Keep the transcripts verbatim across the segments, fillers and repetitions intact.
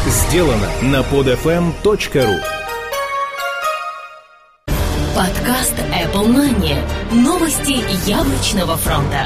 Сделано на под эф эм точка ру. Подкаст Apple Money. Новости яблочного фронта.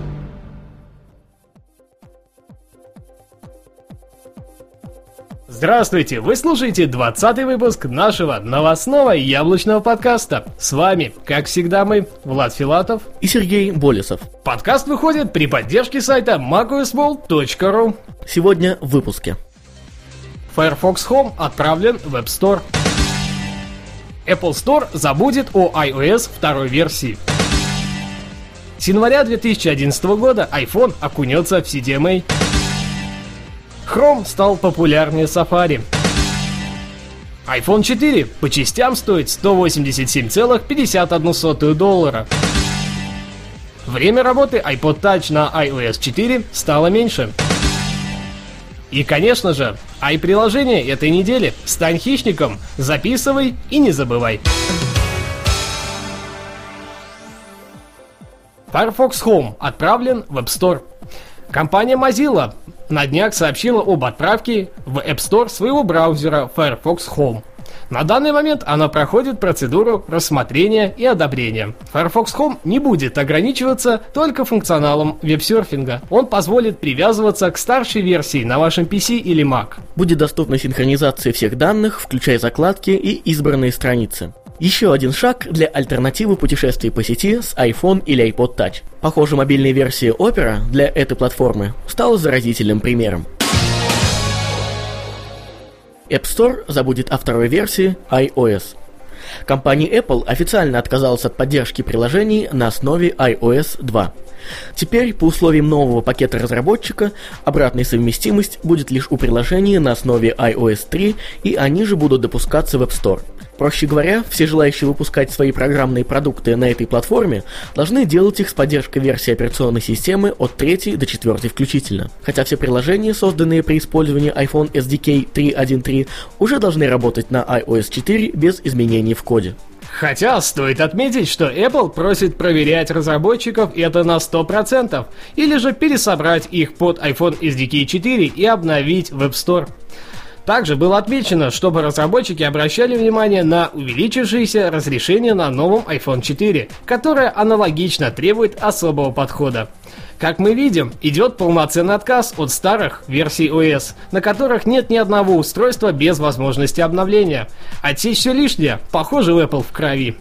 Здравствуйте! Вы слушаете двадцатый выпуск нашего новостного яблочного подкаста. С вами, как всегда, мы, Влад Филатов и Сергей Болесов. Подкаст выходит при поддержке сайта мак о эс ворлд точка ру. Сегодня в выпуске. Firefox Home отправлен в App Store. Apple Store забудет о iOS второй версии. С января две тысячи одиннадцатого года iPhone окунется в си ди эм эй. Chrome стал популярнее Safari. айфон четыре по частям стоит сто восемьдесят семь целых пятьдесят одна сотая доллара. Время работы iPod Touch на ай о эс четыре стало меньше. И, конечно же, i-приложение этой недели. Стань хищником, записывай и не забывай. Firefox Home отправлен в App Store. Компания Mozilla на днях сообщила об отправке в App Store своего браузера Firefox Home. На данный момент она проходит процедуру рассмотрения и одобрения. Firefox Home не будет ограничиваться только функционалом веб-серфинга. Он позволит привязываться к старшей версии на вашем пи си или Mac. Будет доступна синхронизация всех данных, включая закладки и избранные страницы. Еще один шаг для альтернативы путешествий по сети с iPhone или iPod Touch. Похоже, мобильная версия Opera для этой платформы стала заразительным примером. App Store забудет о второй версии iOS. Компания Apple официально отказалась от поддержки приложений на основе ай о эс два. Теперь, по условиям нового пакета разработчика, обратная совместимость будет лишь у приложений на основе ай о эс три, и они же будут допускаться в App Store. Проще говоря, все желающие выпускать свои программные продукты на этой платформе должны делать их с поддержкой версии операционной системы от третьей до четвертой включительно. Хотя все приложения, созданные при использовании iPhone эс ди кей три точка один точка три, уже должны работать на ай о эс четыре без изменений в коде. Хотя стоит отметить, что Apple просит проверять разработчиков это на сто процентов, или же пересобрать их под iPhone эс ди кей четыре и обновить в App Store. Также было отмечено, чтобы разработчики обращали внимание на увеличившееся разрешение на новом айфон четыре, которое аналогично требует особого подхода. Как мы видим, идет полноценный отказ от старых версий о эс, на которых нет ни одного устройства без возможности обновления. Отсечь все лишнее, похоже, у Apple в крови.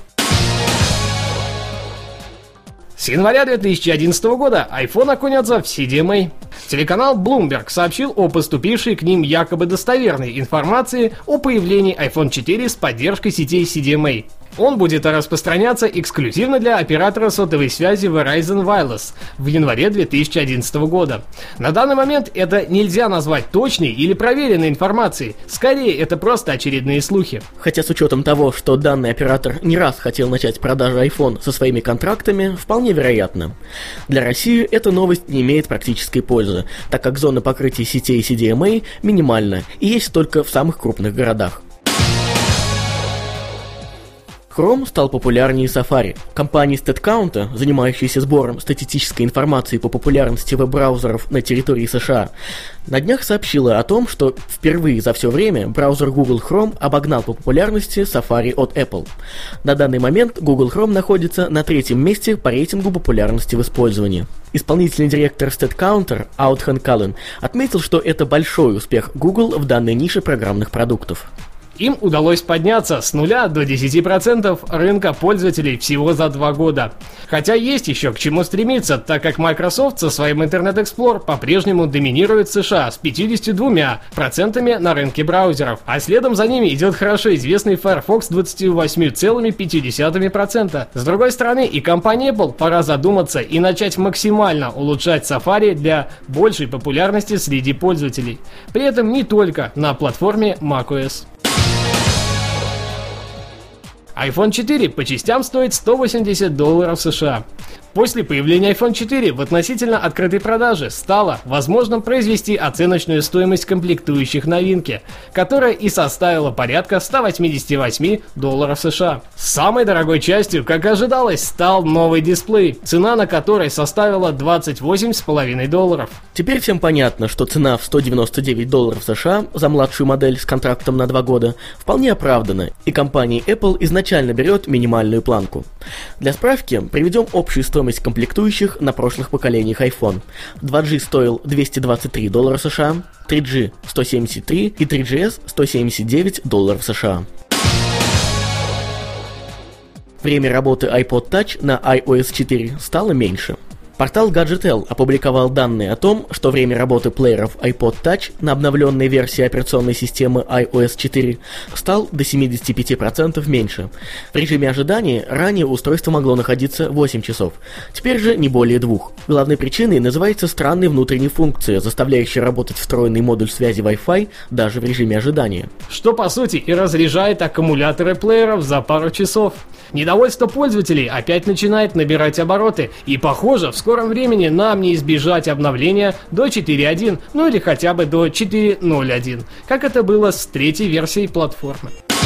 С января две тысячи одиннадцатого года iPhone окунется в си ди эм эй. Телеканал Bloomberg сообщил о поступившей к ним якобы достоверной информации о появлении айфон четыре с поддержкой сетей си ди эм эй. Он будет распространяться эксклюзивно для оператора сотовой связи Verizon Wireless в январе две тысячи одиннадцатого года. На данный момент это нельзя назвать точной или проверенной информацией, скорее это просто очередные слухи. Хотя с учетом того, что данный оператор не раз хотел начать продажу iPhone со своими контрактами, вполне вероятно. Для России эта новость не имеет практической пользы, так как зона покрытия сетей си ди эм эй минимальна и есть только в самых крупных городах. Chrome стал популярнее Safari. Компания StatCount, занимающаяся сбором статистической информации по популярности веб-браузеров на территории США, на днях сообщила о том, что впервые за все время браузер Google Chrome обогнал по популярности Safari от Apple. На данный момент Google Chrome находится на третьем месте по рейтингу популярности в использовании. Исполнительный директор StatCounter Аутхан Каллен отметил, что это большой успех Google в данной нише программных продуктов. Им удалось подняться с нуля до десяти процентов рынка пользователей всего за два года. Хотя есть еще к чему стремиться, так как Microsoft со своим Internet Explorer по-прежнему доминирует в США с пятьюдесятью двумя процентами на рынке браузеров, а следом за ними идет хорошо известный Firefox с двадцатью восьмью целыми пятью десятыми процента. С другой стороны, и компании Apple пора задуматься и начать максимально улучшать Safari для большей популярности среди пользователей. При этом не только на платформе macOS. айфон четыре по частям стоит сто восемьдесят долларов США. После появления iPhone четыре в относительно открытой продаже стало возможным произвести оценочную стоимость комплектующих новинки, которая и составила порядка ста восьмидесяти восьми долларов США. Самой дорогой частью, как ожидалось, стал новый дисплей, цена на который составила двадцать восемь с половиной долларов. Теперь всем понятно, что цена в сто девяносто девять долларов США за младшую модель с контрактом на два года вполне оправдана, и компания Apple изначально берет минимальную планку. Для справки приведем общую стоимость комплектующих на прошлых поколениях iPhone. два джи стоил двести двадцать три доллара США, три джи сто семьдесят три и три джи эс сто семьдесят девять долларов США. Время работы iPod Touch на ай о эс четыре стало меньше. Портал Gadget.эл опубликовал данные о том, что время работы плееров iPod Touch на обновленной версии операционной системы ай о эс четыре стал до семидесяти пяти процентов меньше. В режиме ожидания ранее устройство могло находиться восемь часов, теперь же не более двух. Главной причиной называется странная внутренняя функция, заставляющая работать встроенный модуль связи Wi-Fi даже в режиме ожидания. Что по сути и разряжает аккумуляторы плееров за пару часов. Недовольство пользователей опять начинает набирать обороты, и похоже, в скором времени нам не избежать обновления до четыре точка один, ну или хотя бы до четыре точка ноль один, как это было с третьей версией платформы.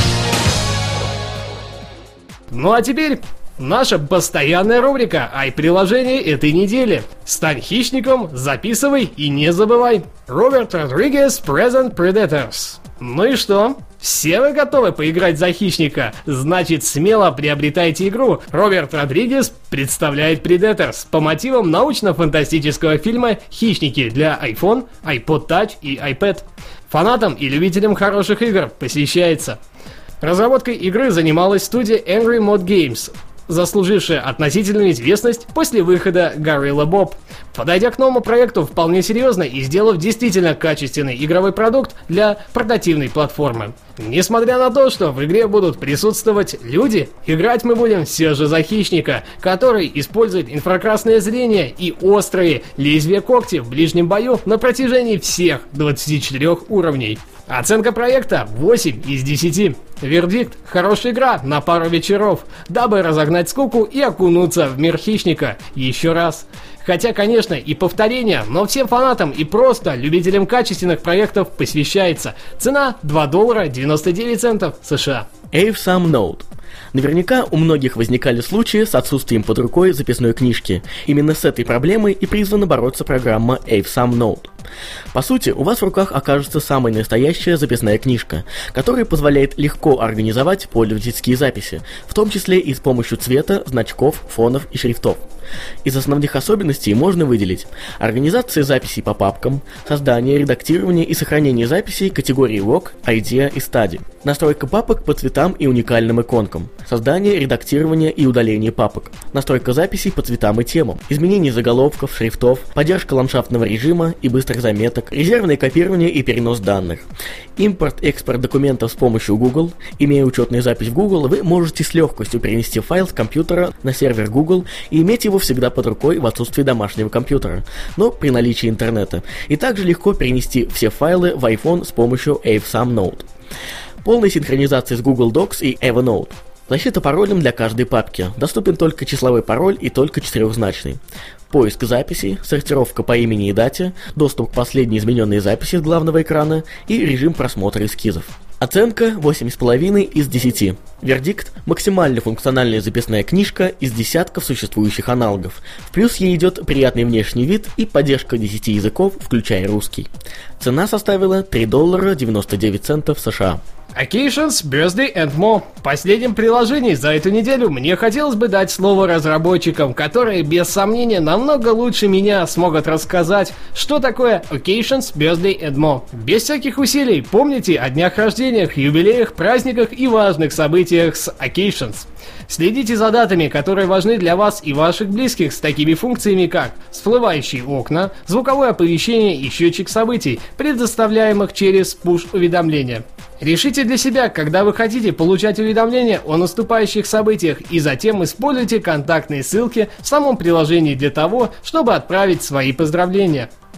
Ну а теперь наша постоянная рубрика «Ай-приложение этой недели». Стань хищником, записывай и не забывай. Роберт Родригес Present Predators. Ну и что? Все вы готовы поиграть за хищника? Значит, смело приобретайте игру. Роберт Родригес представляет Predators по мотивам научно-фантастического фильма «Хищники» для iPhone, iPod Touch и iPad. Фанатам и любителям хороших игр посвящается. Разработкой игры занималась студия Angry Mod Games, заслужившая относительную известность после выхода Gorilla Bob. Подойдя к новому проекту вполне серьезно и сделав действительно качественный игровой продукт для портативной платформы. Несмотря на то, что в игре будут присутствовать люди, играть мы будем все же за хищника, который использует инфракрасное зрение и острые лезвия когти в ближнем бою на протяжении всех двадцати четырёх уровней. Оценка проекта восемь из десяти. Вердикт: хорошая игра на пару вечеров, дабы разогнать скуку и окунуться в мир хищника еще раз. Хотя, конечно, и повторение, но всем фанатам и просто любителям качественных проектов посвящается. Цена два доллара девяносто девять центов США. Awesome Note. Наверняка у многих возникали случаи с отсутствием под рукой записной книжки. Именно с этой проблемой и призвана бороться программа Awesome Note. По сути, у вас в руках окажется самая настоящая записная книжка, которая позволяет легко организовать пользовательские записи, в том числе и с помощью цвета, значков, фонов и шрифтов. Из основных особенностей можно выделить организация записей по папкам, создание, редактирование и сохранение записей категории Log, Idea и Study, настройка папок по цветам и уникальным иконкам, создание, редактирование и удаление папок, настройка записей по цветам и темам, изменение заголовков, шрифтов, поддержка ландшафтного режима и быстрых заметок, резервное копирование и перенос данных, импорт-экспорт документов с помощью Google. Имея учетную запись в Google, вы можете с легкостью перенести файл с компьютера на сервер Google и иметь его всегда под рукой в отсутствии домашнего компьютера, но при наличии интернета, и также легко перенести все файлы в iPhone с помощью Awesome Note. Полная синхронизация с Google Docs и Evernote. Защита паролем для каждой папки. Доступен только числовой пароль и только четырехзначный. Поиск записей, сортировка по имени и дате, доступ к последней измененной записи с главного экрана и режим просмотра эскизов. Оценка восемь с половиной из десяти. Вердикт: максимально функциональная записная книжка из десятков существующих аналогов. В плюс ей идет приятный внешний вид и поддержка десяти языков, включая русский. Цена составила три доллара девяносто девять центов США. Occasions, Birthday and More. В последнем приложении за эту неделю мне хотелось бы дать слово разработчикам, которые без сомнения намного лучше меня смогут рассказать, что такое Occasions, Birthday and More. Без всяких усилий помните о днях рождениях, юбилеях, праздниках и важных событиях с Occasions. Следите за датами, которые важны для вас и ваших близких, с такими функциями как всплывающие окна, звуковое оповещение и счетчик событий, предоставляемых через push-уведомления. Решите для себя, когда вы хотите получать уведомления о наступающих событиях, и затем используйте контактные ссылки в самом приложении для того, чтобы отправить свои поздравления.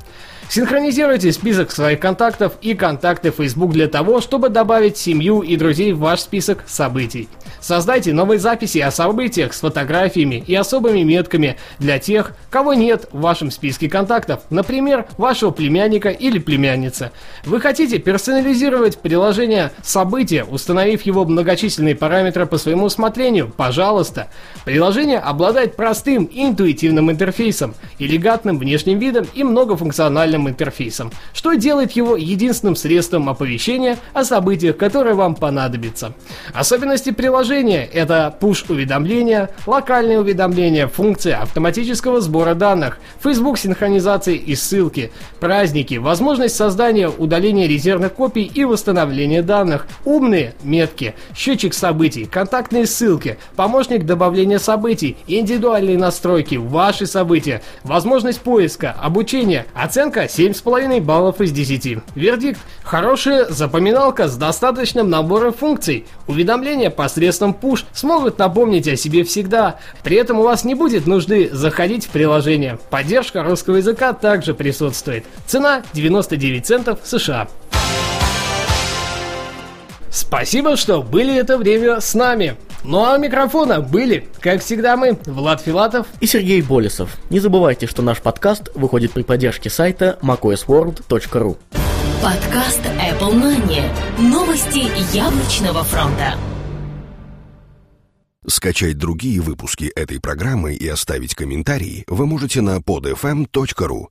Синхронизируйте список своих контактов и контакты Facebook для того, чтобы добавить семью и друзей в ваш список событий. Создайте новые записи о событиях с фотографиями и особыми метками для тех, кого нет в вашем списке контактов, например, вашего племянника или племянницы. Вы хотите персонализировать приложение «События», установив его многочисленные параметры по своему усмотрению? Пожалуйста. Приложение обладает простым и интуитивным интерфейсом, элегантным внешним видом и многофункциональным интерфейсом, что делает его единственным средством оповещения о событиях, которые вам понадобятся. Особенности приложения — это push-уведомления, локальные уведомления, функция автоматического сбора данных, Facebook синхронизации и ссылки, праздники, возможность создания, удаления резервных копий и восстановления данных, умные метки, счетчик событий, контактные ссылки, помощник добавления событий, индивидуальные настройки, ваши события, возможность поиска, обучения, оценка семь с половиной баллов из десяти. Вердикт — хорошая запоминалка с достаточным набором функций. Уведомления посредством push смогут напомнить о себе всегда. При этом у вас не будет нужды заходить в приложение. Поддержка русского языка также присутствует. Цена девяносто девять центов США. Спасибо, что были это время с нами. Ну а у микрофона были, как всегда, мы, Влад Филатов и Сергей Болесов. Не забывайте, что наш подкаст выходит при поддержке сайта мак о эс ворлд точка ру. Подкаст Apple Money. Новости яблочного фронта. Скачать другие выпуски этой программы и оставить комментарии вы можете на под эф эм точка ру.